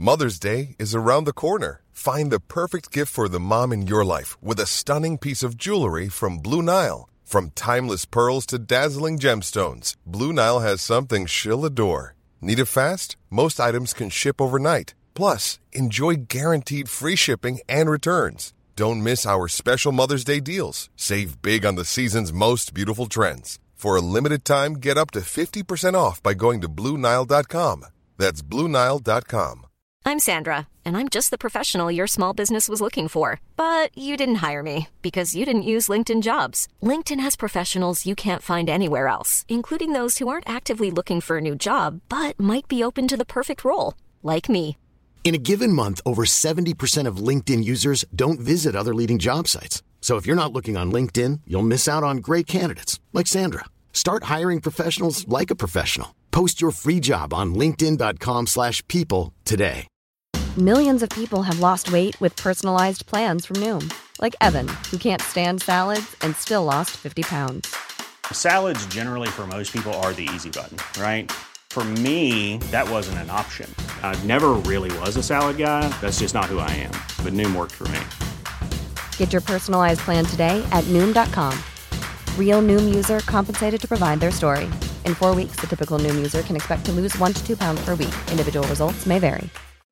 Mother's Day is around the corner. Find the perfect gift for the mom in your life with a stunning piece of jewelry from Blue Nile. From timeless pearls to dazzling gemstones, Blue Nile has something she'll adore. Need it fast? Most items can ship overnight. Plus, enjoy guaranteed free shipping and returns. Don't miss our special Mother's Day deals. Save big on the season's most beautiful trends. For a limited time, get up to 50% off by going to BlueNile.com. That's BlueNile.com. I'm Sandra, and I'm just the professional your small business was looking for. But you didn't hire me because you didn't use LinkedIn Jobs. LinkedIn has professionals you can't find anywhere else, including those who aren't actively looking for a new job, but might be open to the perfect role, like me. In a given month, over 70% of LinkedIn users don't visit other leading job sites. So if you're not looking on LinkedIn, you'll miss out on great candidates like Sandra. Start hiring professionals like a professional. Post your free job on linkedin.com/people today. Millions of people have lost weight with personalized plans from Noom. Like Evan, who can't stand salads and still lost 50 pounds. Salads generally for most people are the easy button, right? For me, that wasn't an option. I never really was a salad guy. That's just not who I am. But Noom worked for me. Get your personalized plan today at Noom.com. Real Noom user compensated to provide their story. In 4 weeks, the typical Noom user can expect to lose 1 to 2 pounds per week. Individual results may vary.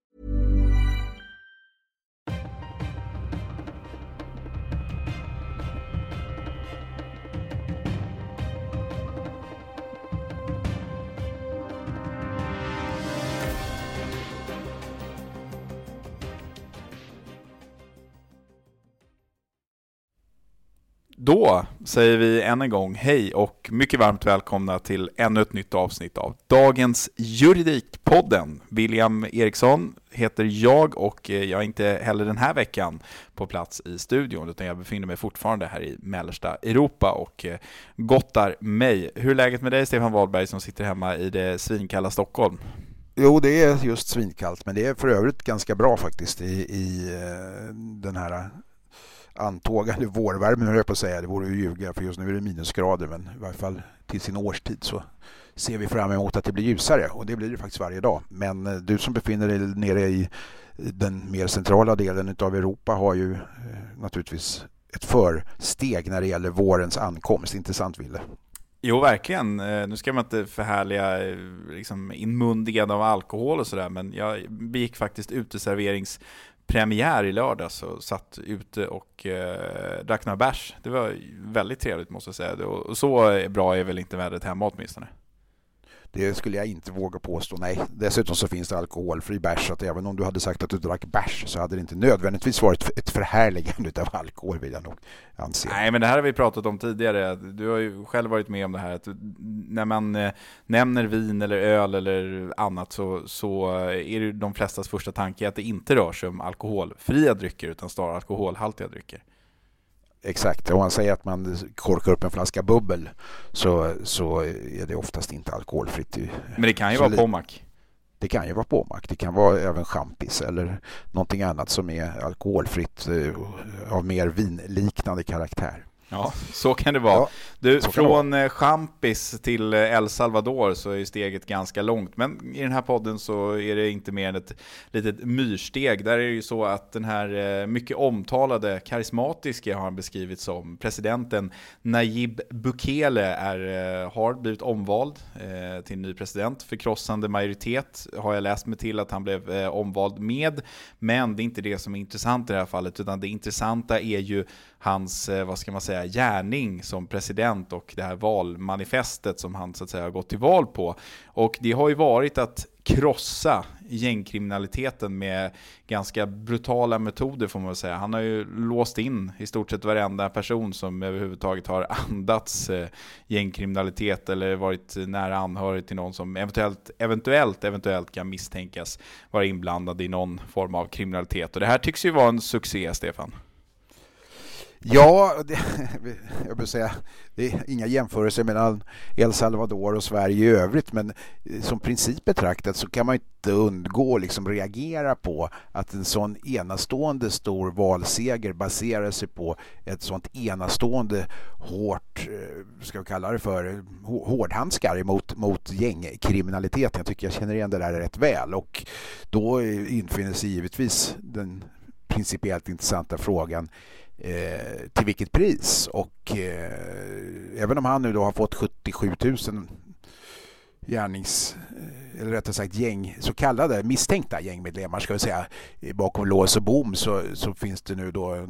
Då säger vi än en gång hej och mycket varmt välkomna till ännu ett nytt avsnitt av dagens Juridikpodden. William Eriksson heter jag och jag är inte heller den här veckan på plats i studion utan jag befinner mig fortfarande här i mellersta Europa och gottar mig. Hur är läget med dig, Stefan Wahlberg, som sitter hemma i det svinkalla Stockholm? Jo, det är just svinkallt, men det är för övrigt ganska bra faktiskt i den här antågande vårvärmen, höll jag på att säga. Det vore ju ljuga, för just nu är det minusgrader, men i varje fall till sin årstid så ser vi fram emot att det blir ljusare, och det blir det faktiskt varje dag. Men du som befinner dig nere i den mer centrala delen av Europa har ju naturligtvis ett försteg när det gäller vårens ankomst. Intressant, Ville. Jo, verkligen. Nu ska man inte förhärliga liksom inmundigande av alkohol och sådär, men jag begick faktiskt uteserveringspremiär i lördags och satt ute och drack några bärs. Det var väldigt trevligt, måste jag säga. Och så bra är väl inte vädret hemma åtminstone. Det skulle jag inte våga påstå, nej. Dessutom så finns det alkoholfri bärs, så att även om du hade sagt att du drack bärs så hade det inte nödvändigtvis varit ett förhärligande av alkohol, vill jag nog anse. Nej, men det här har vi pratat om tidigare. Du har ju själv varit med om det här, att när man nämner vin eller öl eller annat så är det de flestas första tanke att det inte rör sig om alkoholfria drycker utan snarare alkoholhaltiga drycker. Exakt, om man säger att man korkar upp en flaska bubbel så är det oftast inte alkoholfritt. Men det kan ju vara Pommac. Det kan ju vara Pommac, det kan vara även champis eller någonting annat som är alkoholfritt av mer vinliknande karaktär. Ja, så kan det vara. Ja, du, från champis till El Salvador så är steget ganska långt. Men i den här podden så är det inte mer än ett litet myrsteg. Där är det ju så att den här mycket omtalade, karismatiska har han beskrivit som presidenten Nayib Bukele har blivit omvald till ny president. Förkrossande majoritet har jag läst mig till att han blev omvald med. Men det är inte det som är intressant i det här fallet, utan det intressanta är ju hans, vad ska man säga, gärning som president och det här valmanifestet som han så att säga har gått till val på. Och det har ju varit att krossa gängkriminaliteten med ganska brutala metoder, får man säga. Han har ju låst in i stort sett varenda person som överhuvudtaget har andats gängkriminalitet eller varit nära anhörig till någon som eventuellt kan misstänkas vara inblandad i någon form av kriminalitet. Och det här tycks ju vara en succé, Stefan. Ja, jag vill säga, det är inga jämförelser mellan El Salvador och Sverige i övrigt, men som princip betraktat så kan man inte undgå liksom reagera på att en sån enastående stor valseger baserar sig på ett sånt enastående hårt, ska vi kalla det för, hårdhandskar mot gängkriminalitet. Jag tycker jag känner igen det där rätt väl, och då infinner sig givetvis den principiellt intressanta frågan, till vilket pris? Och även om han nu då har fått 77 000 eller rättare sagt så kallade misstänkta gängmedlemmar, ska vi säga, bakom lås och bom, så finns det nu då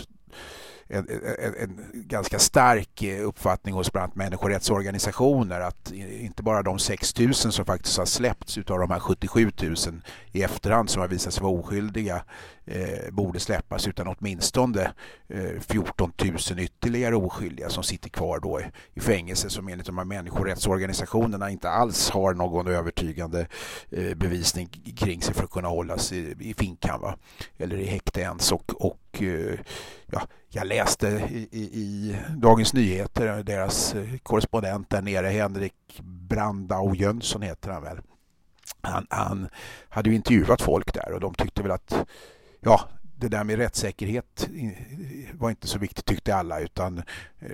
en ganska stark uppfattning hos bland annat människorättsorganisationer att inte bara de 6 000 som faktiskt har släppts utav de här 77 000 i efterhand som har visat sig vara oskyldiga borde släppas, utan åtminstone 14 000 ytterligare oskyldiga som sitter kvar då i fängelse, som enligt de här människorättsorganisationerna inte alls har någon övertygande bevisning kring sig för att kunna hållas i finkan, va? Eller i häkte ens. Och jag läste i Dagens Nyheter, deras korrespondent där nere, Henrik Brandau Jönsson heter han väl. Han hade ju intervjuat folk där, och de tyckte väl att det där med rättssäkerhet var inte så viktigt, tyckte alla, utan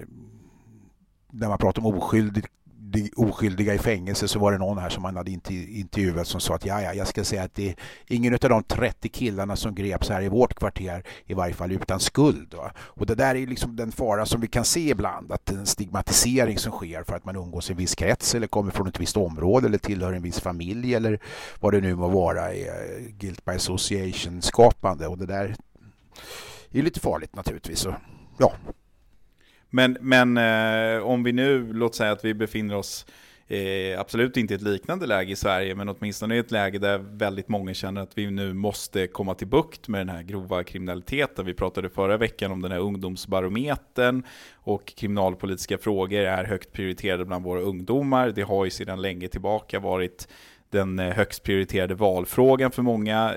när man pratar om oskyldiga i fängelse så var det någon här som man hade intervjuat som sa att jag ska säga att det är ingen av de 30 killarna som greps här i vårt kvarter i varje fall utan skuld. Va? Och det där är liksom den fara som vi kan se ibland, att en stigmatisering som sker för att man umgås i en viss krets eller kommer från ett visst område eller tillhör en viss familj eller vad det nu må vara, är guilt by association skapande, och det där är lite farligt naturligtvis. Så, ja. Men om vi nu, låt säga att vi befinner oss absolut inte i ett liknande läge i Sverige, men åtminstone i ett läge där väldigt många känner att vi nu måste komma till bukt med den här grova kriminaliteten. Vi pratade förra veckan om den här ungdomsbarometern, och kriminalpolitiska frågor är högt prioriterade bland våra ungdomar. Det har ju sedan länge tillbaka varit den högst prioriterade valfrågan för många.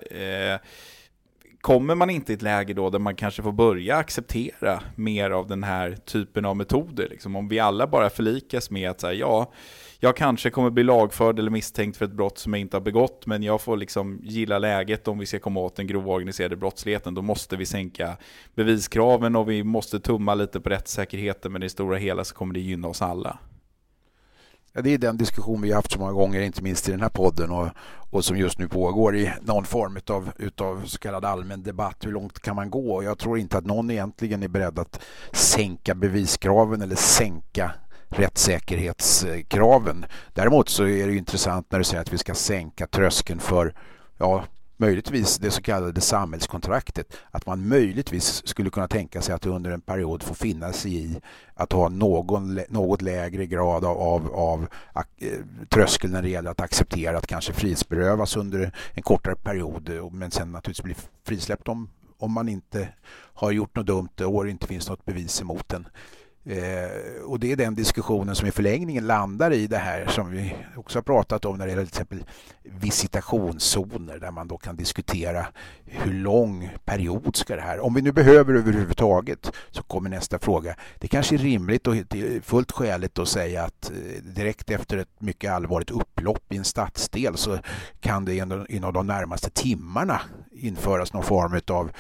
Kommer man inte i ett läge då där man kanske får börja acceptera mer av den här typen av metoder? Liksom, om vi alla bara förlikas med att säga, jag kanske kommer bli lagförd eller misstänkt för ett brott som jag inte har begått, men jag får liksom gilla läget om vi ska komma åt den grova organiserade brottsligheten. Då måste vi sänka beviskraven och vi måste tumma lite på rättssäkerheten, men i det stora hela så kommer det gynna oss alla. Ja, det är den diskussion vi har haft så många gånger, inte minst i den här podden, och som just nu pågår i någon form utav så kallad allmän debatt. Hur långt kan man gå? Och jag tror inte att någon egentligen är beredd att sänka beviskraven eller sänka rättssäkerhetskraven. Däremot så är det intressant när du säger att vi ska sänka tröskeln för möjligtvis det så kallade samhällskontraktet, att man möjligtvis skulle kunna tänka sig att under en period få finna sig i att ha något lägre grad av tröskeln när det gäller att acceptera att kanske frihetsberövas under en kortare period, men sen naturligtvis bli frisläppt om man inte har gjort något dumt och det inte finns något bevis emot den. Och det är den diskussionen som i förlängningen landar i det här som vi också har pratat om när det gäller till exempel visitationszoner, där man då kan diskutera hur lång period ska det här. Om vi nu behöver överhuvudtaget, så kommer nästa fråga. Det kanske är rimligt och fullt skäligt att säga att direkt efter ett mycket allvarligt upplopp i en stadsdel så kan det inom de närmaste timmarna införas någon form av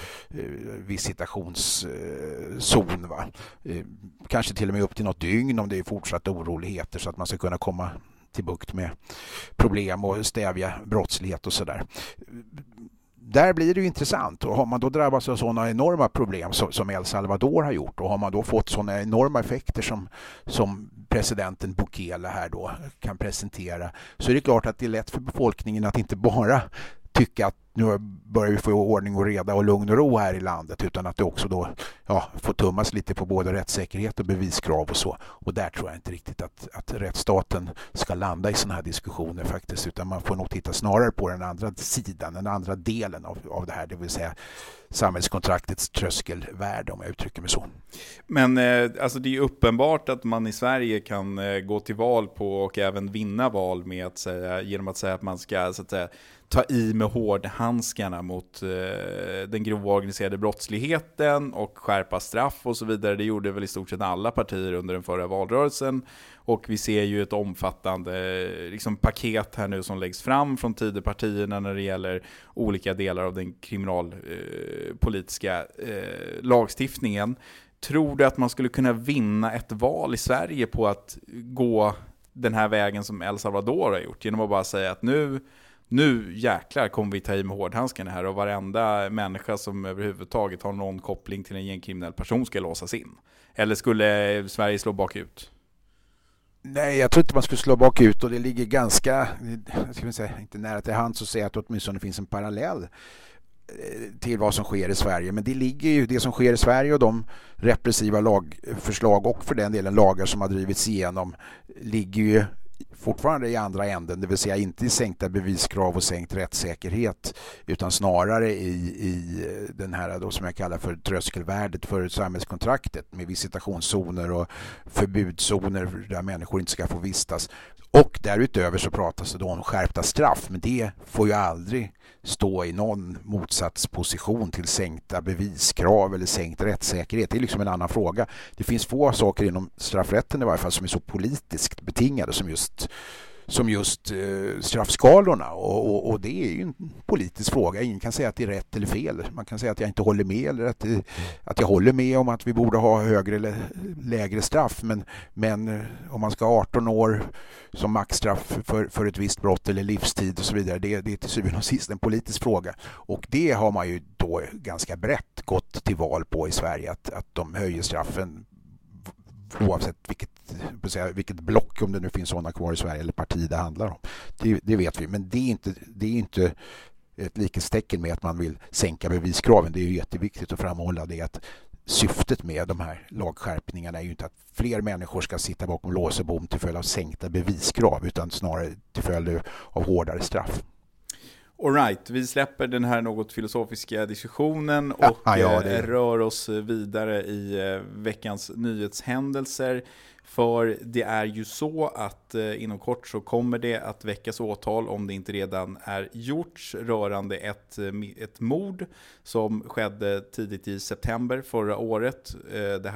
visitationszon, va? Kanske till och med upp till något dygn om det är fortsatta oroligheter, så att man ska kunna komma till bukt med problem och stävja brottslighet och sådär. Där blir det ju intressant, och har man då drabbats av sådana enorma problem som El Salvador har gjort, och har man då fått sådana enorma effekter som presidenten Bukele här då kan presentera, så är det klart att det är lätt för befolkningen att inte bara tycka att nu börjar vi få ordning och reda och lugn och ro här i landet, utan att det också då får tummas lite på både rättssäkerhet och beviskrav och så. Och där tror jag inte riktigt att rättsstaten ska landa i sådana här diskussioner faktiskt, utan man får nog titta snarare på den andra sidan, den andra delen av det här, det vill säga samhällskontraktets tröskelvärde, om jag uttrycker mig så. Men alltså det är uppenbart att man i Sverige kan gå till val på och även vinna val med att säga, genom att säga att man ska så att säga ta i med hårdhandskarna mot den grova organiserade brottsligheten och skärpa straff och så vidare. Det gjorde väl i stort sett alla partier under den förra valrörelsen. Och vi ser ju ett omfattande liksom, paket här nu som läggs fram från Tidöpartierna när det gäller olika delar av den kriminalpolitiska lagstiftningen. Tror du att man skulle kunna vinna ett val i Sverige på att gå den här vägen som El Salvador har gjort? Genom att bara säga att nu jäklar kommer vi ta i med hårdhandskarna här och varenda människa som överhuvudtaget har någon koppling till en gängkriminell person ska låsas in. Eller skulle Sverige slå bakut? Nej, jag tror inte man skulle slå bakut, och det ligger ganska, ska vi säga, inte nära till hands att säga att åtminstone finns en parallell till vad som sker i Sverige. Men det ligger ju, det som sker i Sverige och de repressiva lagförslag och för den delen lagar som har drivits igenom ligger ju fortfarande i andra änden, det vill säga inte i sänkta beviskrav och sänkt rättssäkerhet, utan snarare i den här då som jag kallar för tröskelvärdet för samhällskontraktet med visitationszoner och förbudszoner där människor inte ska få vistas. Och därutöver så pratas det då om skärpta straff, men det får ju aldrig stå i någon motsatsposition till sänkta beviskrav eller sänkt rättssäkerhet. Det är liksom en annan fråga. Det finns få saker inom straffrätten i varje fall som är så politiskt betingade som just straffskalorna, och det är ju en politisk fråga. Ingen kan säga att det är rätt eller fel. Man kan säga att jag inte håller med eller att jag håller med om att vi borde ha högre eller lägre straff, men om man ska ha 18 år som maxstraff för ett visst brott eller livstid och så vidare, det är till syvende och sist en politisk fråga, och det har man ju då ganska brett gått till val på i Sverige, att de höjer straffen oavsett vilket block, om det nu finns sådana kvar i Sverige, eller parti det handlar om. Det vet vi, men det är inte ett likhetstecken med att man vill sänka beviskraven. Det är ju jätteviktigt att framhålla det, att syftet med de här lagskärpningarna är ju inte att fler människor ska sitta bakom lås och bom till följd av sänkta beviskrav, utan snarare till följd av hårdare straff. All right, vi släpper den här något filosofiska diskussionen och rör oss vidare i veckans nyhetshändelser. För det är ju så att inom kort så kommer det att väckas åtal, om det inte redan är gjort, rörande ett mord som skedde tidigt i september förra året. Den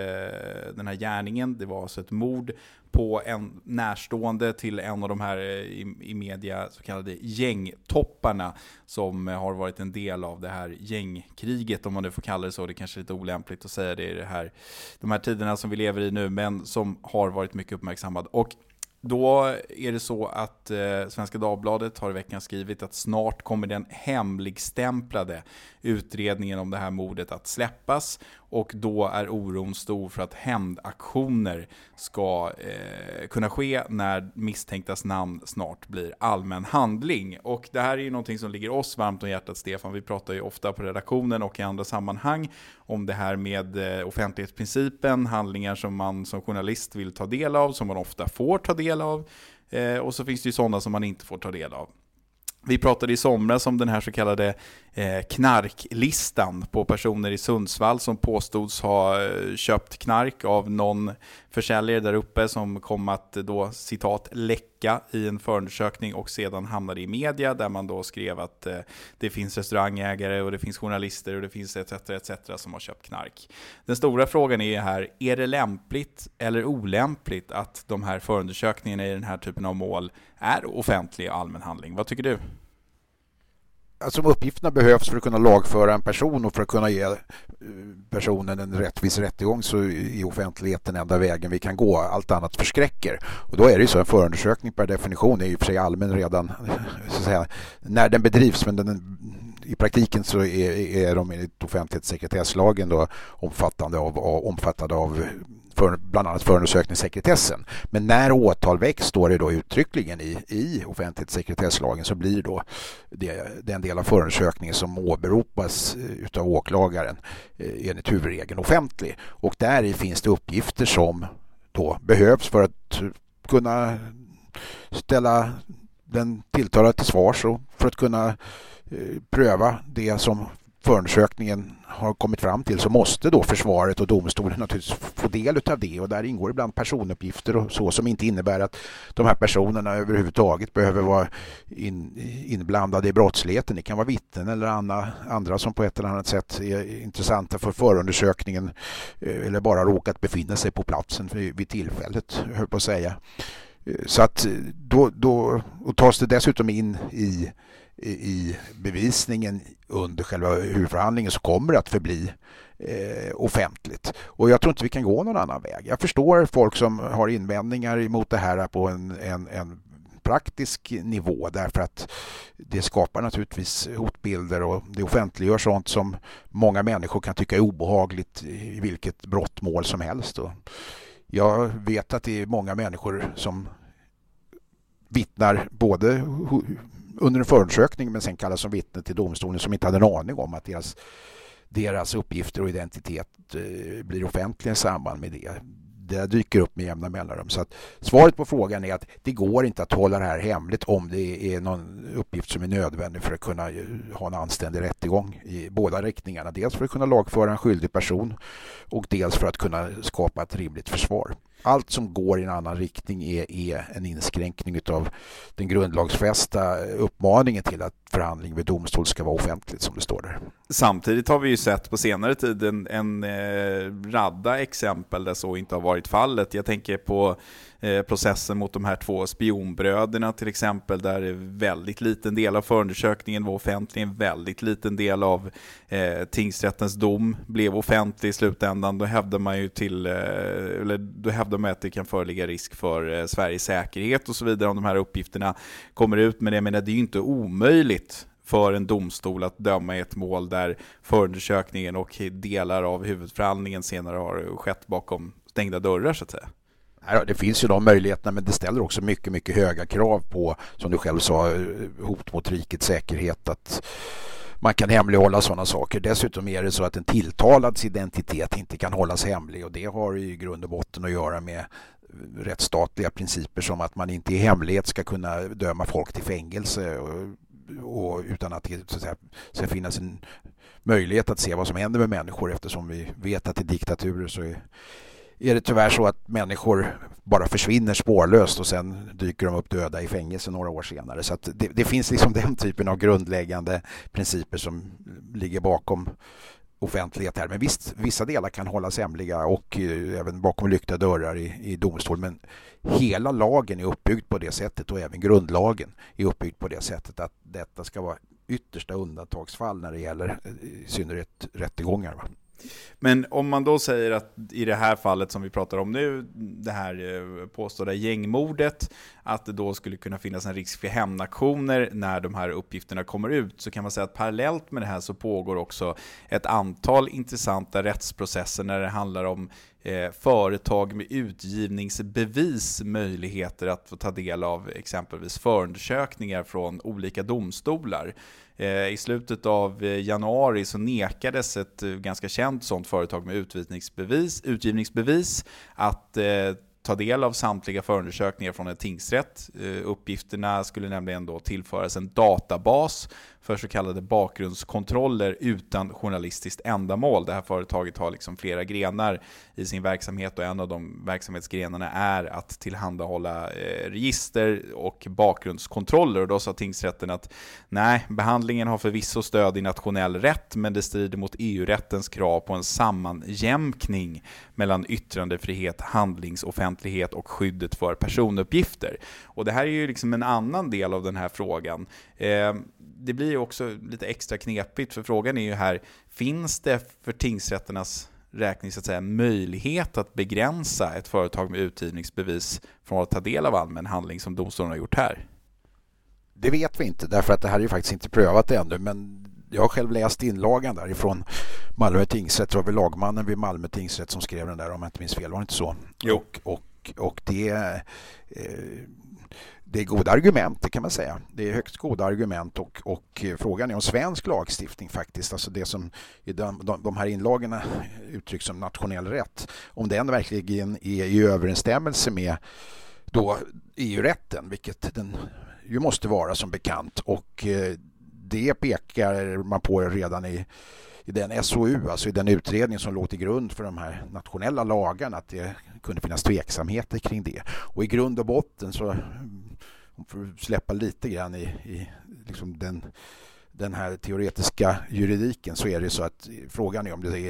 här gärningen, det var alltså ett mord på en närstående till en av de här i media så kallade gängtopparna som har varit en del av det här gängkriget, om man nu får kalla det så. Det kanske är lite olämpligt att säga det i de här tiderna som vi lever i nu, men som har varit mycket uppmärksammad. Och då är det så att Svenska Dagbladet har i veckan skrivit att snart kommer den hemligstämplade utredningen om det här mordet att släppas, och då är oron stor för att hämndaktioner ska kunna ske när misstänktas namn snart blir allmän handling. Och det här är ju någonting som ligger oss varmt om hjärtat, Stefan. Vi pratar ju ofta på redaktionen och i andra sammanhang om det här med offentlighetsprincipen, handlingar som man som journalist vill ta del av, som man ofta får ta del av, och så finns det ju sådana som man inte får ta del av. Vi pratade i somras om den här så kallade knarklistan på personer i Sundsvall som påstods ha köpt knark av någon försäljare där uppe, som kom att då, citat, läcka i en förundersökning och sedan hamnade i media, där man då skrev att det finns restaurangägare och det finns journalister och det finns etc. som har köpt knark. Den stora frågan är här, är det lämpligt eller olämpligt att de här förundersökningarna i den här typen av mål är offentlig och allmän handling? Vad tycker du? Alltså, om uppgifterna behövs för att kunna lagföra en person och för att kunna ge personen en rättvis rättegång, så är offentligheten enda vägen vi kan gå. Allt annat förskräcker. Och då är det ju så, en förundersökning per definition är ju för sig allmän redan så att säga, när den bedrivs, men i praktiken så är de enligt offentlighetssekretesslagen då omfattade av bland annat förundersökningssekretessen. Men när åtal väcks, står det då uttryckligen i offentlighetssekretesslagen, så blir då den del av förundersökningen som åberopas utav åklagaren enligt huvudregeln offentlig. Och där finns det uppgifter som då behövs för att kunna ställa den tilltalade till svars och för att kunna pröva det som förundersökningen har kommit fram till, så måste då försvaret och domstolen naturligtvis få del av det, och där ingår ibland personuppgifter och så, som inte innebär att de här personerna överhuvudtaget behöver vara inblandade i brottsligheten. Det kan vara vittnen eller andra som på ett eller annat sätt är intressanta för förundersökningen eller bara råkat befinna sig på platsen vid tillfället, höll på att säga. Så att då och tas det dessutom in i bevisningen under själva huvudförhandlingen, så kommer det att förbli offentligt. Och jag tror inte vi kan gå någon annan väg. Jag förstår folk som har invändningar emot det här på en praktisk nivå, därför att det skapar naturligtvis hotbilder och det offentliggör sånt som många människor kan tycka är obehagligt i vilket brottmål som helst. Och jag vet att det är många människor som vittnar både under en förundersökning men sen kallas som vittne till domstolen, som inte hade en aning om att deras uppgifter och identitet blir offentliga i samband med det. Det dyker upp med jämna mellanrum. Så att svaret på frågan är att det går inte att hålla det här hemligt om det är någon uppgift som är nödvändig för att kunna ha en anständig rättegång i båda riktningarna. Dels för att kunna lagföra en skyldig person och dels för att kunna skapa ett rimligt försvar. Allt som går i en annan riktning är en inskränkning av den grundlagsfästa uppmaningen till att förhandling vid domstol ska vara offentligt, som det står där. Samtidigt har vi ju sett på senare tid en radda exempel där så inte har varit fallet. Jag tänker på processen mot de här 2 spionbröderna till exempel, där väldigt liten del av förundersökningen var offentlig, en väldigt liten del av tingsrättens dom blev offentlig i slutändan. Då hävdar man ju att det kan föreligga risk för Sveriges säkerhet och så vidare om de här uppgifterna kommer ut. Men jag menar, det är ju inte omöjligt för en domstol att döma i ett mål där förundersökningen och delar av huvudförhandlingen senare har skett bakom stängda dörrar, så att säga. Det finns ju de möjligheterna, men det ställer också mycket, mycket höga krav på, som du själv sa, hot mot rikets säkerhet, att man kan hemlighålla sådana saker. Dessutom är det så att en tilltalads identitet inte kan hållas hemlig, och det har i grund och botten att göra med rättsstatliga principer som att man inte i hemlighet ska kunna döma folk till fängelse och utan att det så att säga ska finnas en möjlighet att se vad som händer med människor, eftersom vi vet att i diktaturer så är det tyvärr så att människor bara försvinner spårlöst och sen dyker de upp döda i fängelse några år senare. Så att det finns liksom den typen av grundläggande principer som ligger bakom offentlighet här. Men visst, vissa delar kan hållas hemliga och även bakom lyckta dörrar i domstol. Men hela lagen är uppbyggd på det sättet, och även grundlagen är uppbyggd på det sättet att detta ska vara yttersta undantagsfall när det gäller i synnerhet rättegångar, va? Men om man då säger att i det här fallet som vi pratar om nu, det här påstådda gängmordet, att det då skulle kunna finnas en risk för hämndaktioner när de här uppgifterna kommer ut, så kan man säga att parallellt med det här så pågår också ett antal intressanta rättsprocesser när det handlar om företag med utgivningsbevis, möjligheter att få ta del av exempelvis förundersökningar från olika domstolar. I slutet av januari så nekades ett ganska känt sådant företag med utgivningsbevis att ta del av samtliga förundersökningar från en tingsrätt. Uppgifterna skulle nämligen då tillföras en databas för så kallade bakgrundskontroller utan journalistiskt ändamål. Det här företaget har liksom flera grenar i sin verksamhet, och en av de verksamhetsgrenarna är att tillhandahålla register och bakgrundskontroller. Och då sa tingsrätten att nej, behandlingen har förvisso stöd i nationell rätt, men det strider mot EU-rättens krav på en sammanjämkning mellan yttrandefrihet, handlingsoffentlighet och skyddet för personuppgifter. Och det här är ju liksom en annan del av den här frågan. Det blir ju också lite extra knepigt, för frågan är ju här, finns det för tingsrätternas räkning så att säga möjlighet att begränsa ett företag med utgivningsbevis från att ta del av allmän handling som domstolen har gjort här? Det vet vi inte, därför att det här är ju faktiskt inte prövat ännu, men jag har själv läst inlagan därifrån Malmö tingsrätt. Det var väl lagmannen vid Malmö tingsrätt som skrev den där, om jag inte minns fel, var det inte så? Jo. Och det är goda argument, det kan man säga. Det är högst goda argument, och frågan är om svensk lagstiftning faktiskt, alltså det som i de här inlagorna uttrycks som nationell rätt, om den verkligen är i överensstämmelse med då EU-rätten, vilket den ju måste vara som bekant. Och det pekar man på redan i den SOU, alltså i den utredning som låg till grund för de här nationella lagarna, att det kunde finnas tveksamheter kring det. Och i grund och botten så, för att släppa lite grann i liksom den här teoretiska juridiken, så är det så att frågan är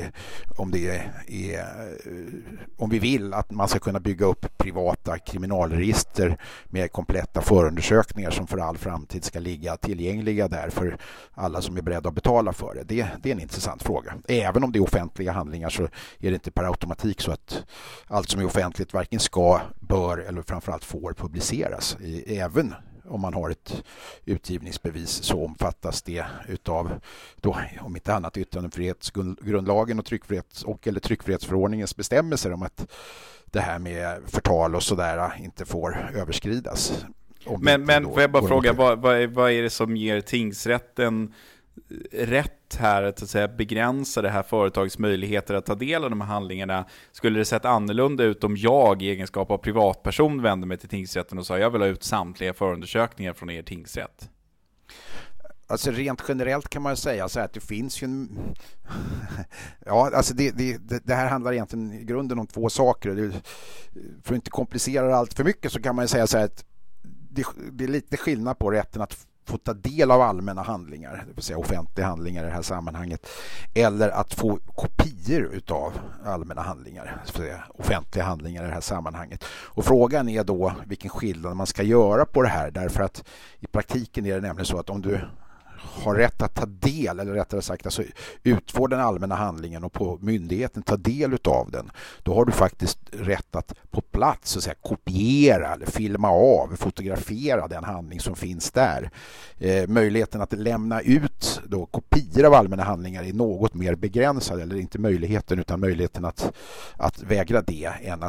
om vi vill att man ska kunna bygga upp privata kriminalregister med kompletta förundersökningar som för all framtid ska ligga tillgängliga där för alla som är beredda att betala för det. Det är en intressant fråga. Även om det är offentliga handlingar så är det inte per automatik så att allt som är offentligt varken ska, bör eller framförallt får publiceras. Även om man har ett utgivningsbevis så omfattas det utav, då, om inte annat, yttrandefrihetsgrundlagen och eller tryckfrihetsförordningens bestämmelser om att det här med förtal och sådär inte får överskridas. Men får jag bara fråga, vad är det som ger tingsrätten rätt här att säga begränsa det här företagets möjligheter att ta del av de här handlingarna? Skulle det sett annorlunda ut om jag i egenskap av privatperson vände mig till tingsrätten och sa jag vill ha ut samtliga förundersökningar från er tingsrätt? Alltså rent generellt kan man säga så här att det finns ju en... Ja, alltså det här handlar egentligen i grunden om två saker. För att inte komplicera allt för mycket så kan man säga så här att det är lite skillnad på rätten att få ta del av allmänna handlingar, det vill säga offentliga handlingar i det här sammanhanget, eller att få kopior utav allmänna handlingar, det vill säga offentliga handlingar i det här sammanhanget. Och frågan är då vilken skillnad man ska göra på det här, därför att i praktiken är det nämligen så att om du har rätt att ta del, eller rättare sagt alltså utfå den allmänna handlingen och på myndigheten ta del utav den, då har du faktiskt rätt att på plats så att säga kopiera eller filma av, fotografera den handling som finns där. Möjligheten att lämna ut då kopior av allmänna handlingar är något mer begränsad, eller inte möjligheten utan möjligheten att vägra det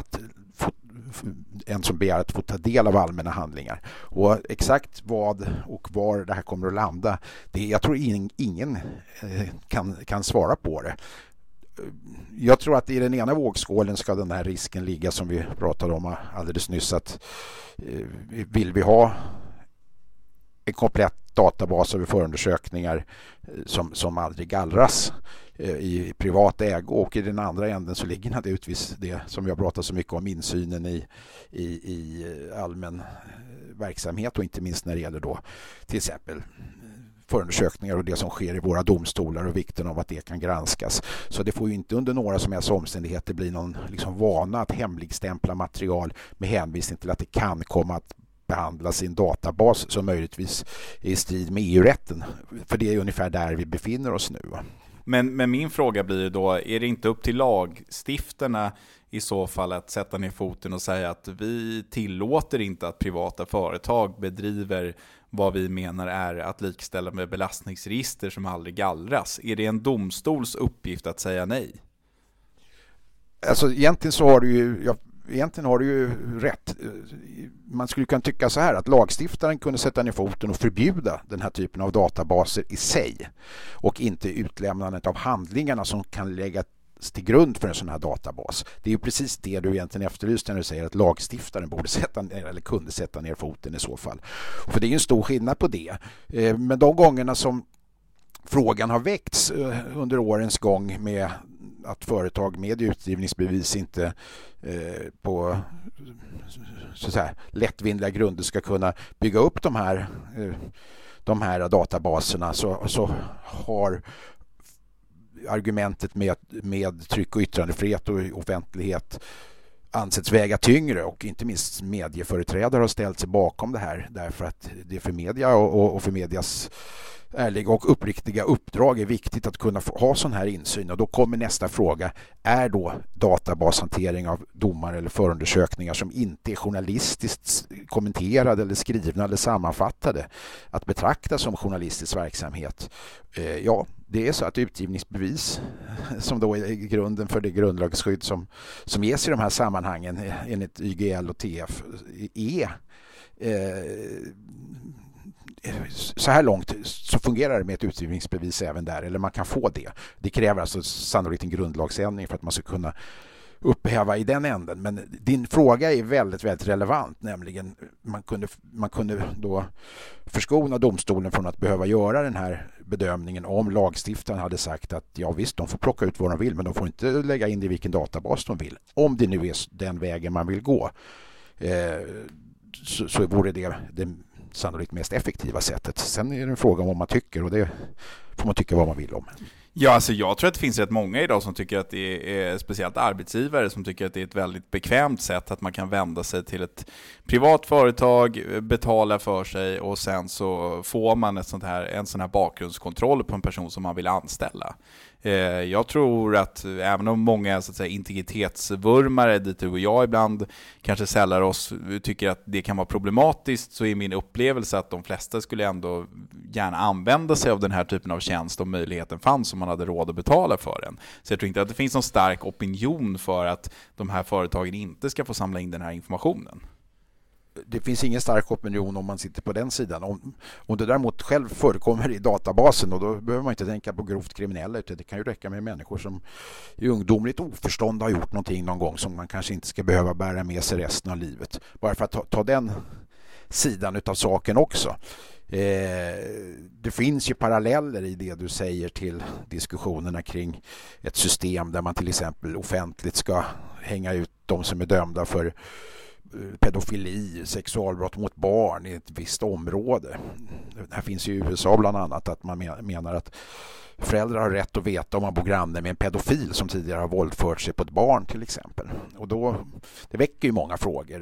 en som begär att få ta del av allmänna handlingar. Och exakt vad och var det här kommer att landa, jag tror ingen kan svara på det. Jag tror att i den ena vågskålen ska den här risken ligga som vi pratade om alldeles nyss, att vill vi ha en komplett databas över förundersökningar som aldrig gallras i privat ägo, och i den andra änden så ligger naturligtvis det som vi har pratat så mycket om, insynen i allmän verksamhet, och inte minst när det gäller då till exempel förundersökningar och det som sker i våra domstolar och vikten av att det kan granskas. Så det får ju inte under några som helst omständigheter bli någon liksom vana att hemligstämpla material med hänvisning till att det kan komma att behandlas i en databas som möjligtvis är i strid med EU-rätten. För det är ungefär där vi befinner oss nu. Men min fråga blir då, är det inte upp till lagstiftarna i så fall att sätta ner foten och säga att vi tillåter inte att privata företag bedriver vad vi menar är att likställa med belastningsregister som aldrig gallras? Är det en domstols uppgift att säga nej? Alltså egentligen har du ju rätt. Man skulle kunna tycka så här att lagstiftaren kunde sätta ner foten och förbjuda den här typen av databaser i sig, och inte utlämnandet av handlingarna som kan läggas till grund för en sån här databas. Det är ju precis det du egentligen efterlyste när du säger att lagstiftaren borde sätta ner, eller kunde sätta ner foten i så fall. För det är ju en stor skillnad på det. Men de gångerna som frågan har väckts under årens gång med att företag med utgivningsbevis inte på så att säga lättvindiga grunder ska kunna bygga upp de här databaserna, så har argumentet med tryck- och yttrandefrihet och offentlighet ansetts väga tyngre, och inte minst medieföreträdare har ställt sig bakom det här, därför att det för media och för medias ärliga och uppriktiga uppdrag är viktigt att kunna ha sån här insyn. Och då kommer nästa fråga: är då databashantering av domar eller förundersökningar som inte är journalistiskt kommenterade eller skrivna eller sammanfattade att betrakta som journalistisk verksamhet? Ja, det är så att utgivningsbevis, som då är grunden för det grundlagsskydd som ges i de här sammanhangen enligt YGL och TF, är så här långt så fungerar det med ett utgivningsbevis även där, eller man kan få det. Det kräver alltså sannolikt en grundlagsändring för att man ska kunna upphäva i den änden. Men din fråga är väldigt, väldigt relevant, nämligen man kunde då förskona domstolen från att behöva göra den här bedömningen om lagstiftaren hade sagt att ja visst, de får plocka ut vad de vill, men de får inte lägga in det i vilken databas de vill. Om det nu är den vägen man vill gå, så vore det sannolikt mest effektiva sättet. Sen är det en fråga om vad man tycker, och det får man tycka vad man vill om. Ja, alltså jag tror att det finns rätt många idag som tycker att det är, speciellt arbetsgivare, som tycker att det är ett väldigt bekvämt sätt att man kan vända sig till ett privat företag, betala för sig och sen så får man en sån här bakgrundskontroll på en person som man vill anställa. Jag tror att även om många så att säga, integritetsvurmare, dit du och jag ibland kanske sällar oss, tycker att det kan vara problematiskt, så är min upplevelse att de flesta skulle ändå gärna använda sig av den här typen av tjänst om möjligheten fanns, om man hade råd att betala för den. Så jag tror inte att det finns någon stark opinion för att de här företagen inte ska få samla in den här informationen. Det finns ingen stark opinion om man sitter på den sidan. Om det däremot själv förekommer i databasen, och då behöver man inte tänka på grovt kriminella, utan det kan ju räcka med människor som i ungdomligt oförstånd har gjort någonting någon gång som man kanske inte ska behöva bära med sig resten av livet. Bara för att ta den sidan utav saken också. Det finns ju paralleller i det du säger till diskussionerna kring ett system där man till exempel offentligt ska hänga ut de som är dömda för pedofili, sexualbrott mot barn i ett visst område. Här finns ju i USA bland annat att man menar att föräldrar har rätt att veta om man bor granne med en pedofil som tidigare har våldfört sig på ett barn till exempel. Och då, det väcker ju många frågor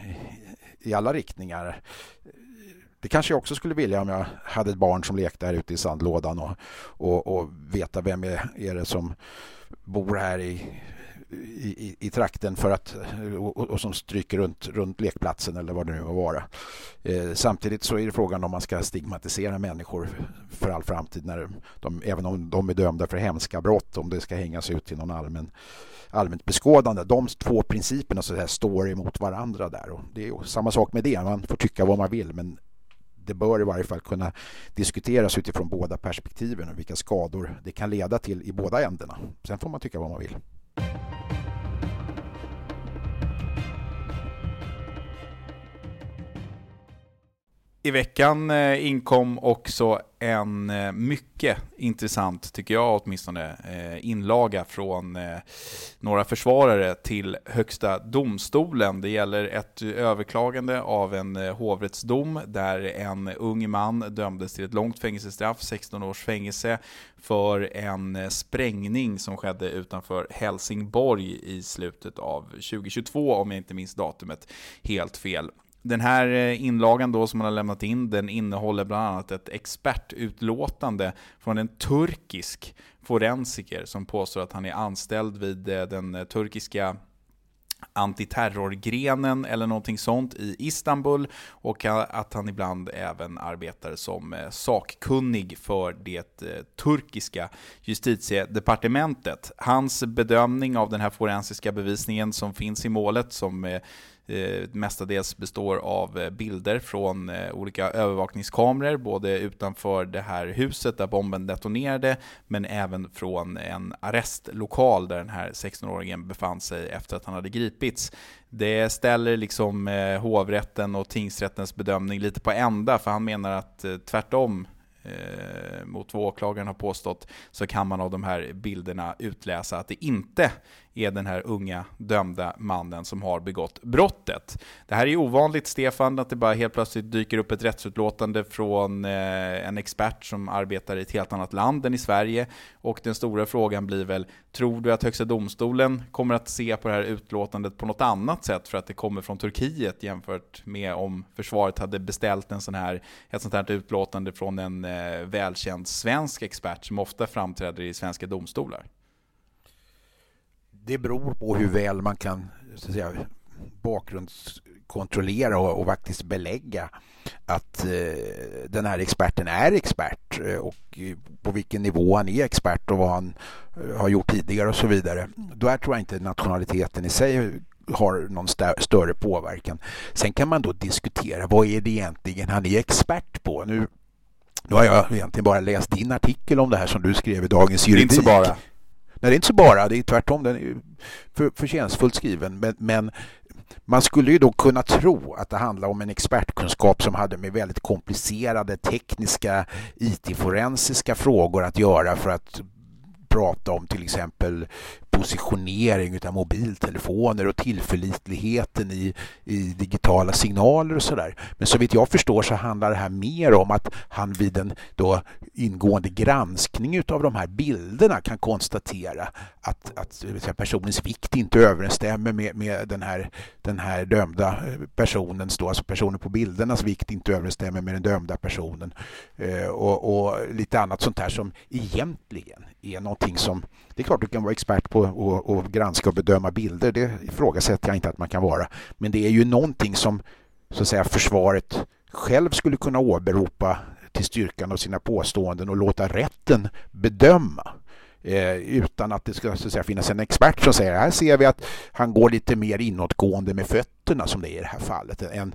i alla riktningar. Det kanske jag också skulle vilja om jag hade ett barn som lekte här ute i sandlådan och veta vem är det som bor här i trakten för att, och som stryker runt lekplatsen eller vad det nu må vara. Samtidigt så är det frågan om man ska stigmatisera människor för all framtid, när även om de är dömda för hemska brott, om det ska hängas ut till någon allmänt beskådande. De två principerna så här står emot varandra där, och det är ju samma sak med det. Man får tycka vad man vill, men det bör i varje fall kunna diskuteras utifrån båda perspektiven och vilka skador det kan leda till i båda ändarna. Sen får man tycka vad man vill. I veckan inkom också en mycket intressant, tycker jag åtminstone, inlaga från några försvarare till Högsta domstolen. Det gäller ett överklagande av en hovrättsdom där en ung man dömdes till ett långt fängelsestraff, 16 års fängelse, för en sprängning som skedde utanför Helsingborg i slutet av 2022, om jag inte minns datumet helt fel. Den här inlagan då som man har lämnat in, den innehåller bland annat ett expertutlåtande från en turkisk forensiker som påstår att han är anställd vid den turkiska antiterrorgrenen eller någonting sånt i Istanbul, och att han ibland även arbetar som sakkunnig för det turkiska justitiedepartementet. Hans bedömning av den här forensiska bevisningen som finns i målet, som mestadels består av bilder från olika övervakningskameror, både utanför det här huset där bomben detonerade, men även från en arrestlokal där den här 16-åringen befann sig efter att han hade gripits. Det ställer liksom hovrätten och tingsrättens bedömning lite på ända, för han menar att tvärtom mot vad åklagaren har påstått, så kan man av de här bilderna utläsa att det inte är den här unga dömda mannen som har begått brottet. Det här är ovanligt, Stefan, att det bara helt plötsligt dyker upp ett rättsutlåtande från en expert som arbetar i ett helt annat land än i Sverige. Och den stora frågan blir väl, tror du att Högsta domstolen kommer att se på det här utlåtandet på något annat sätt för att det kommer från Turkiet, jämfört med om försvaret hade beställt ett sånt här utlåtande från en välkänd svensk expert som ofta framträder i svenska domstolar? Det beror på hur väl man kan, så att säga, bakgrundskontrollera och faktiskt belägga att den här experten är expert, och på vilken nivå han är expert och vad han har gjort tidigare och så vidare. Då tror jag inte nationaliteten i sig har någon större påverkan. Sen kan man då diskutera, vad är det egentligen han är expert på? Nu har jag egentligen bara läst din artikel om det här som du skrev i Dagens Juridik. Inte så bara. Nej, det är inte så bara, det är tvärtom, den är ju förtjänstfullt skriven, men man skulle ju då kunna tro att det handlar om en expertkunskap som hade med väldigt komplicerade tekniska IT-forensiska frågor att göra för att prata om till exempel positionering av mobiltelefoner och tillförlitligheten i digitala signaler och sådär. Men så vitt jag förstår så handlar det här mer om att han vid en då ingående granskning av de här bilderna kan konstatera att personens vikt inte överensstämmer med den här dömda personens då, alltså personen på bildernas vikt inte överensstämmer med den dömda personen och lite annat sånt här som egentligen är någonting som, det är klart du kan vara expert på och granska och bedöma bilder, det ifrågasätter jag inte att man kan vara, men det är ju någonting som så att säga försvaret själv skulle kunna åberopa till styrkan av sina påståenden och låta rätten bedöma utan att det ska så att säga finnas en expert som säger här ser vi att han går lite mer inåtgående med fötterna som det är i det här fallet än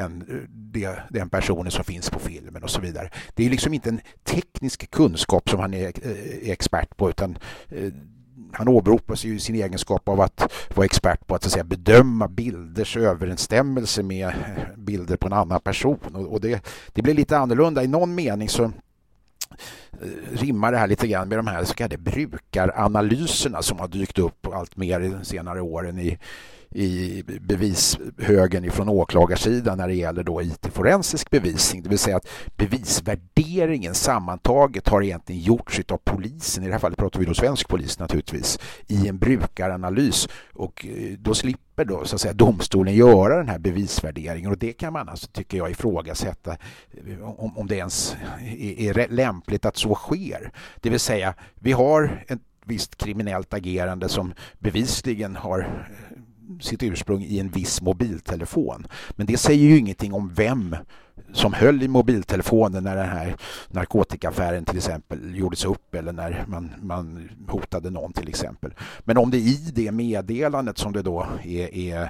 den personen som finns på filmen och så vidare. Det är liksom inte en teknisk kunskap som han är expert på, utan han åberopar sig ju i sin egenskap av att vara expert på att, så att säga, bedöma bilders överensstämmelse med bilder på en annan person. Och det blir lite annorlunda. I någon mening så rimmar det här lite grann med de här så kallade brukaranalyserna som har dykt upp allt mer i de senare åren i bevishögen från åklagarsidan när det gäller då IT-forensisk bevisning. Det vill säga att bevisvärderingen sammantaget har egentligen gjorts av polisen, i det här fallet pratar vi då svensk polis naturligtvis, i en brukaranalys, och då slipper då så att säga domstolen göra den här bevisvärderingen, och det kan man alltså, tycker jag, ifrågasätta om det ens är lämpligt att så sker. Det vill säga, vi har ett visst kriminellt agerande som bevisligen har sitt ursprung i en viss mobiltelefon. Men det säger ju ingenting om vem som höll i mobiltelefonen när den här narkotikaaffären till exempel gjordes upp, eller när man hotade någon till exempel. Men om det i det meddelandet som det då är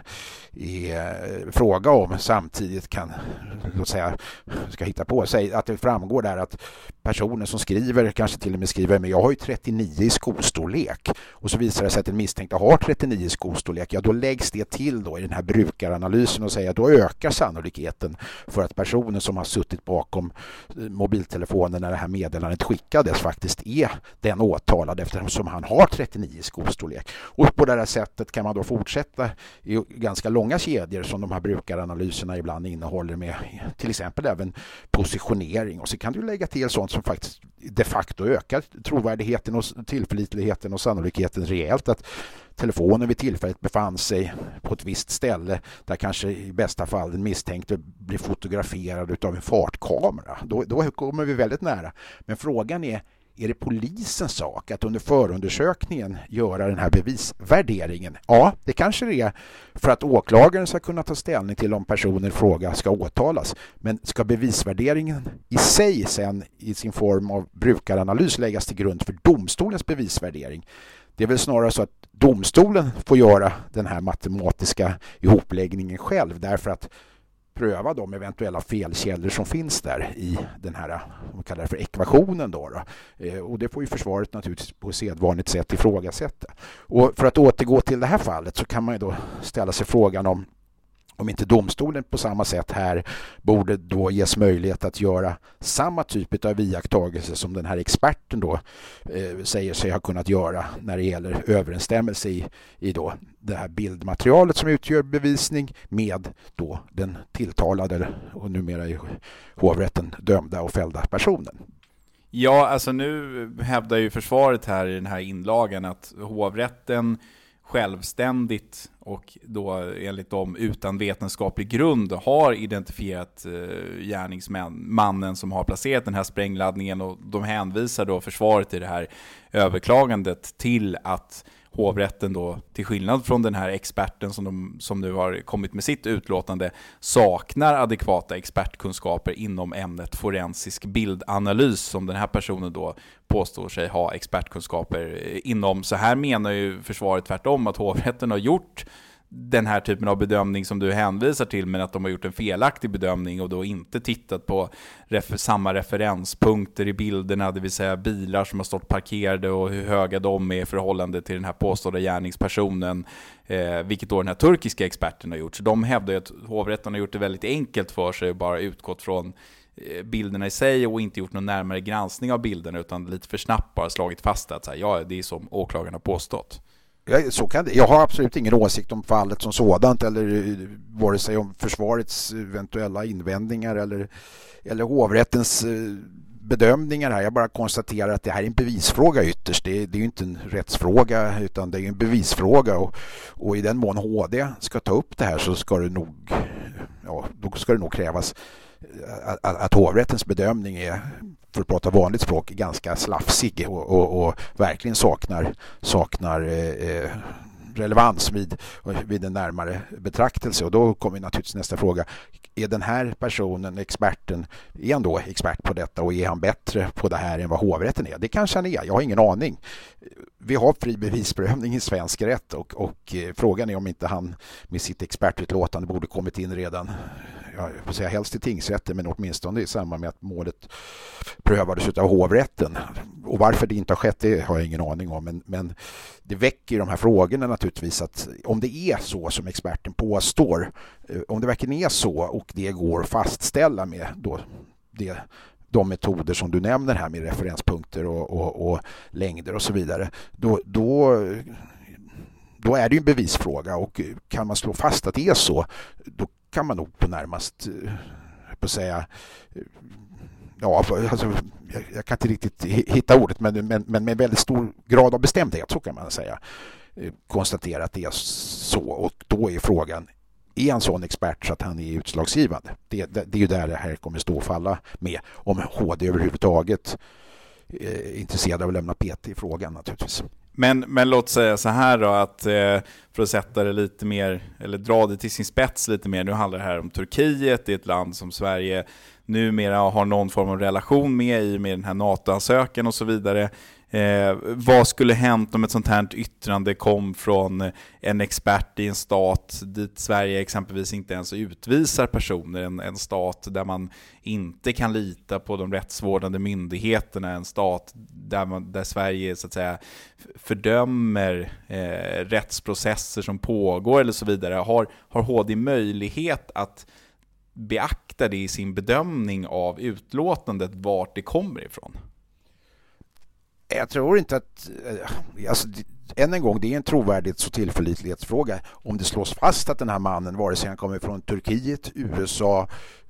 fråga om samtidigt kan, låt säga, ska hitta på sig att det framgår där att personen som skriver kanske till och med skriver men jag har ju 39 i skostorlek, och så visar det sig att den misstänkta har 39 i skostorlek, ja då läggs det till då i den här brukaranalysen och säger att då ökar sannolikheten för att personen som har suttit bakom mobiltelefonen när det här meddelandet skickades faktiskt är den åtalade, eftersom han har 39 i skostorlek. Och på det här sättet kan man då fortsätta i ganska långa kedjor som de här brukaranalyserna ibland innehåller, med till exempel även positionering, och så kan du lägga till sånt som faktiskt de facto ökar trovärdigheten och tillförlitligheten och sannolikheten rejält, att telefonen vid tillfället befann sig på ett visst ställe där kanske i bästa fall den misstänkte blir fotograferad av en fartkamera. Då kommer vi väldigt nära. Men frågan är det polisens sak att under förundersökningen göra den här bevisvärderingen? Ja, det kanske det är för att åklagaren ska kunna ta ställning till om personen i fråga ska åtalas. Men ska bevisvärderingen i sig sen i sin form av brukaranalys läggas till grund för domstolens bevisvärdering? Det är väl snarare så att domstolen får göra den här matematiska ihopläggningen själv, därför att pröva de eventuella felkällor som finns där i den här, vad man kallar det för, ekvationen då. Och det får ju försvaret naturligtvis på sedvanligt sätt ifrågasätta. Och för att återgå till det här fallet så kan man ju då ställa sig frågan om inte domstolen på samma sätt här borde då ges möjlighet att göra samma typ av iakttagelse som den här experten då säger sig ha kunnat göra när det gäller överensstämmelse i då det här bildmaterialet som utgör bevisning med då den tilltalade och numera i hovrätten dömda och fällda personen. Ja, alltså nu hävdar ju försvaret här i den här inlagan att hovrätten självständigt och då enligt dem utan vetenskaplig grund har identifierat gärningsmannen som har placerat den här sprängladdningen, och de hänvisar då försvaret i det här överklagandet till att hovrätten då, till skillnad från den här experten som nu har kommit med sitt utlåtande, saknar adekvata expertkunskaper inom ämnet forensisk bildanalys som den här personen då påstår sig ha expertkunskaper inom. Så här menar ju försvaret tvärtom att hovrätten har gjort den här typen av bedömning som du hänvisar till, men att de har gjort en felaktig bedömning och då inte tittat på samma referenspunkter i bilderna, det vill säga bilar som har stått parkerade och hur höga de är i förhållande till den här påstådda gärningspersonen, vilket då den här turkiska experten har gjort. Så de hävdar ju att hovrätten har gjort det väldigt enkelt för sig och bara utgått från bilderna i sig och inte gjort någon närmare granskning av bilderna, utan lite för snabbt bara slagit fast att så här, ja, det är som åklagaren har påstått. Jag har absolut ingen åsikt om fallet som sådant, eller vare sig om försvarets eventuella invändningar eller hovrättens bedömningar här. Jag bara konstaterar att det här är en bevisfråga ytterst. Det är ju inte en rättsfråga, utan det är en bevisfråga, och i den mån HD ska ta upp det här så ska det nog krävas att hovrättens bedömning är, för att prata vanligt språk, ganska slafsig och verkligen saknar relevans vid en närmare betraktelse. Och då kommer naturligtvis nästa fråga: är den här personen, experten, är han då expert på detta, och är han bättre på det här än vad hovrätten är? Det kanske han är, jag har ingen aning. Vi har fri bevisprövning i svensk rätt, och frågan är om inte han med sitt expertutlåtande borde kommit in redan, jag får säga helst i tingsrätten, men åtminstone i samband med att målet prövades av hovrätten. Och varför det inte har skett, det har jag ingen aning om, men det väcker de här frågorna naturligtvis, att om det är så som experten påstår, om det verkligen är så och det går att fastställa med då de metoder som du nämner här med referenspunkter och längder och så vidare, då är det ju en bevisfråga, och kan man slå fast att det är så, då kan man nog på närmast på säga, ja, alltså, jag kan inte riktigt hitta ordet, men med väldigt stor grad av bestämdhet, så kan man säga, konstatera att det är så. Och då är frågan, är han sån expert så att han är utslagsgivande? Det är ju där det här kommer stå och falla med, om HD överhuvudtaget är intresserad av att lämna PT i frågan naturligtvis. Men låt säga så här då, att för att sätta det lite mer, eller dra det till sin spets lite mer, nu handlar det här om Turkiet, det är ett land som Sverige numera har någon form av relation med i med den här NATO-ansökan och så vidare. Vad skulle hänt om ett sånt här yttrande kom från en expert i en stat dit Sverige exempelvis inte ens utvisar personer, en stat där man inte kan lita på de rättsvårdande myndigheterna, en stat där Sverige så att säga fördömer rättsprocesser som pågår eller så vidare. Har HD möjlighet att beakta det i sin bedömning av utlåtandet, vart det kommer ifrån? Jag tror inte att, alltså, än en gång, det är en trovärdighets- och tillförlitlighetsfråga. Om det slås fast att den här mannen, vare sig han kommer från Turkiet, USA,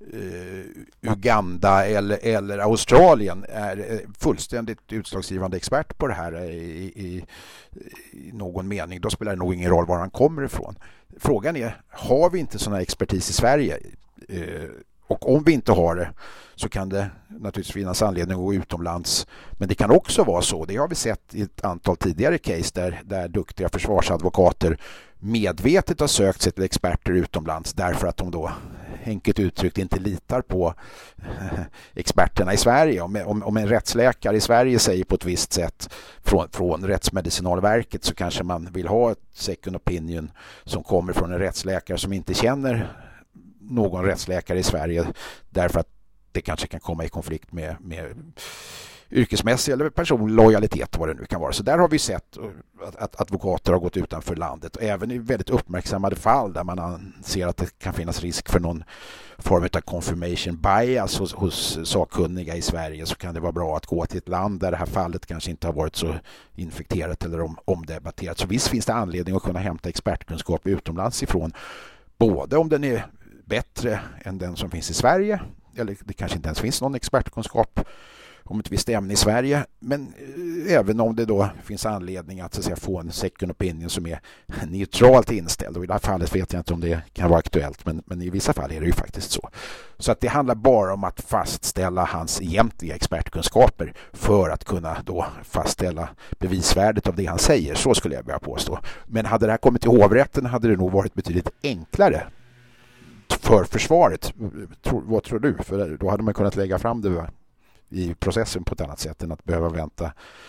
Uganda eller Australien, är fullständigt utslagsgivande expert på det här i någon mening, då spelar det nog ingen roll var han kommer ifrån. Frågan är, har vi inte sån här expertis i Sverige? Och om vi inte har det, så kan det naturligtvis finnas anledning att gå utomlands. Men det kan också vara så, det har vi sett i ett antal tidigare case där duktiga försvarsadvokater medvetet har sökt sig till experter utomlands därför att de då, enkelt uttryckt, inte litar på experterna i Sverige. Om en rättsläkare i Sverige säger på ett visst sätt från Rättsmedicinalverket, så kanske man vill ha ett second opinion som kommer från en rättsläkare som inte känner någon rättsläkare i Sverige, därför att det kanske kan komma i konflikt med yrkesmässig eller personlig lojalitet, vad det nu kan vara. Så där har vi sett att advokater har gått utanför landet, och även i väldigt uppmärksammade fall där man anser att det kan finnas risk för någon form av confirmation bias hos sakkunniga i Sverige, så kan det vara bra att gå till ett land där det här fallet kanske inte har varit så infekterat eller omdebatterat. Så visst finns det anledning att kunna hämta expertkunskap utomlands ifrån, både om den är bättre än den som finns i Sverige, eller det kanske inte ens finns någon expertkunskap om ett visst ämne i Sverige, men även om det då finns anledning att, så att säga, få en second opinion som är neutralt inställd. Och i det här fallet vet jag inte om det kan vara aktuellt, men i vissa fall är det ju faktiskt så. Så att det handlar bara om att fastställa hans egentliga expertkunskaper för att kunna då fastställa bevisvärdet av det han säger. Så skulle jag vilja påstå. Men hade det här kommit till hovrätten hade det nog varit betydligt enklare för försvaret. Vad tror du? För då hade man kunnat lägga fram det i processen på ett annat sätt än att behöva vänta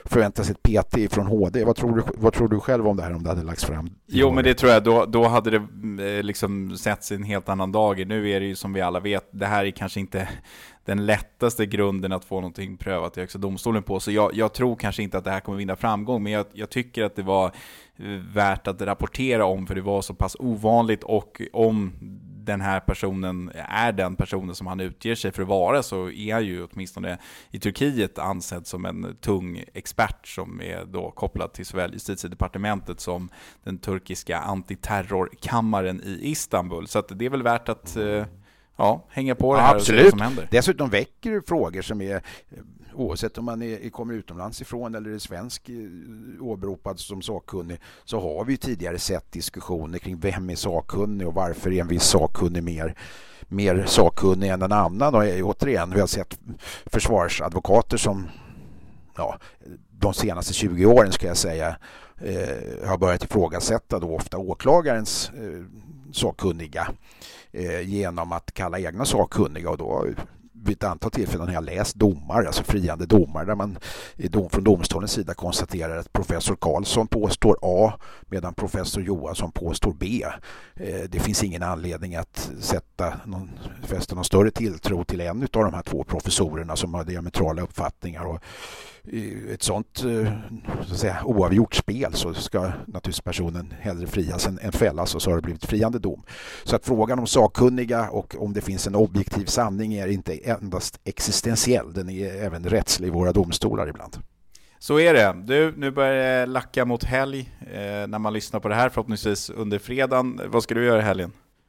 förvänta sig ett PT från HD. Vad tror du själv om det här om det hade lagts fram? Jo, men det tror jag. Då hade det liksom setts en helt annan dag. Nu är det ju som vi alla vet, det här är kanske inte den lättaste grunden att få någonting prövat i Högsta domstolen på. Så jag tror kanske inte att det här kommer vinna framgång, men jag tycker att det var värt att rapportera om, för det var så pass ovanligt, och om den här personen är den personen som han utger sig för att vara, så är han ju åtminstone i Turkiet ansedd som en tung expert som är då kopplad till såväl justitiedepartementet som den turkiska antiterrorkammaren i Istanbul. Så att det är väl värt att hänga på det här. Absolut. Och se vad som händer. Dessutom väcker frågor som är, oavsett om man kommer utomlands ifrån eller är svensk åberopad som sakkunnig, så har vi tidigare sett diskussioner kring vem är sakkunnig och varför är en viss sakkunnig mer sakkunnig än en annan. Och återigen, vi har sett försvarsadvokater som de senaste 20 åren ska jag säga har börjat ifrågasätta då ofta åklagarens sakkunniga genom att kalla egna sakkunniga, och då vid ett antal tillfällen har jag läst domar, alltså friande domar, där man från domstolens sida konstaterar att professor Karlsson påstår A medan professor Johansson påstår B. Det finns ingen anledning att fästa någon större tilltro till en av de här två professorerna som har diametrala uppfattningar, och i ett sånt så att säga oavgjort spel så ska naturligtvis personen hellre frias än fällas, och så har det blivit friande dom. Så att frågan om sakkunniga och om det finns en objektiv sanning är inte endast existentiell, den är även rättslig i våra domstolar ibland. Så är det. Nu börjar det lacka mot helg när man lyssnar på det här, förhoppningsvis under fredagen. Vad ska du göra i helgen?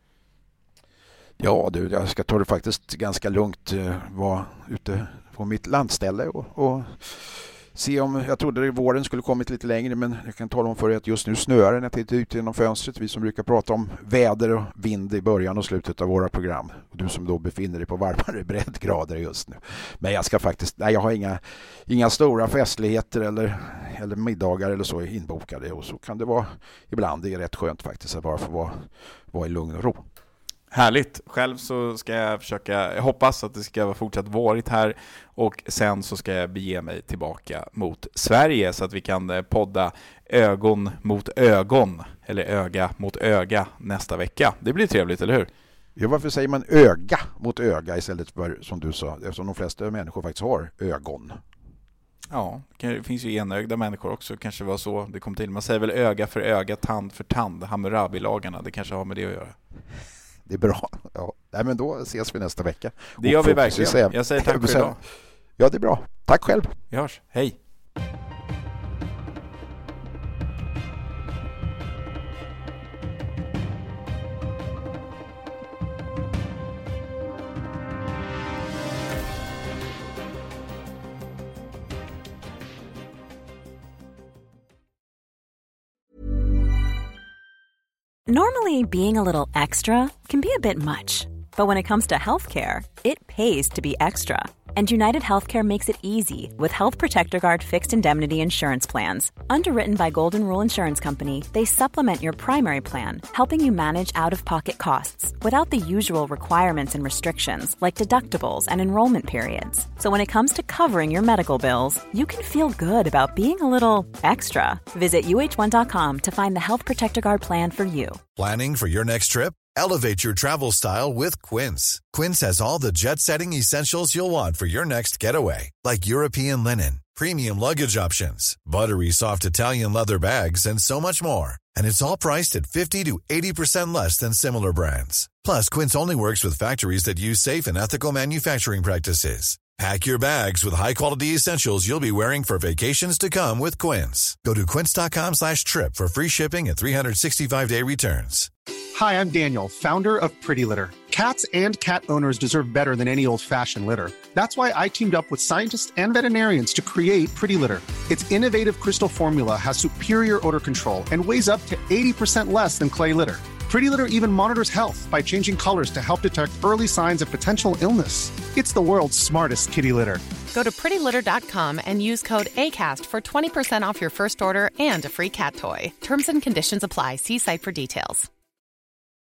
Ja du, jag ska ta det faktiskt ganska lugnt, vara ute på mitt landställe och se om, jag trodde att våren skulle kommit lite längre, men jag kan tala om för er att just nu snöar när jag tittar ut genom fönstret. Vi som brukar prata om väder och vind i början och slutet av våra program, och du som då befinner dig på varmare breddgrader just nu. Men jag ska faktiskt, jag har inga stora festligheter eller middagar eller så inbokade, och så kan det vara ibland. Det är rätt skönt faktiskt att bara få vara i lugn och ro. Härligt. Själv så ska jag hoppas att det ska vara fortsatt varit här, och sen så ska jag bege mig tillbaka mot Sverige så att vi kan podda ögon mot ögon, eller öga mot öga nästa vecka. Det blir trevligt, eller hur? Ja, varför säger man öga mot öga istället för, som du sa, eftersom de flesta människor faktiskt har ögon? Ja, det finns ju enögda människor också, kanske var så det kom till. Man säger väl öga för öga, tand för tand, Hammurabi-lagarna, det kanske har med det att göra. Det är bra. Ja. Nej, men då ses vi nästa vecka. Det gör vi verkligen. Jag säger tack för idag. Ja, det är bra. Tack själv. Vi hörs. Hej. Normally, being a little extra can be a bit much, but when it comes to healthcare, it pays to be extra. And United Healthcare makes it easy with Health Protector Guard fixed indemnity insurance plans. Underwritten by Golden Rule Insurance Company, they supplement your primary plan, helping you manage out-of-pocket costs without the usual requirements and restrictions like deductibles and enrollment periods. So when it comes to covering your medical bills, you can feel good about being a little extra. Visit uh1.com to find the Health Protector Guard plan for you. Planning for your next trip? Elevate your travel style with Quince. Quince has all the jet-setting essentials you'll want for your next getaway, like European linen, premium luggage options, buttery soft Italian leather bags, and so much more. And it's all priced at 50 to 80% less than similar brands. Plus, Quince only works with factories that use safe and ethical manufacturing practices. Pack your bags with high-quality essentials you'll be wearing for vacations to come with Quince. Go to quince.com/trip for free shipping and 365-day returns. Hi, I'm Daniel, founder of Pretty Litter. Cats and cat owners deserve better than any old-fashioned litter. That's why I teamed up with scientists and veterinarians to create Pretty Litter. Its innovative crystal formula has superior odor control and weighs up to 80% less than clay litter. Pretty Litter even monitors health by changing colors to help detect early signs of potential illness. It's the world's smartest kitty litter. Go to prettylitter.com and use code ACAST for 20% off your first order and a free cat toy. Terms and conditions apply. See site for details.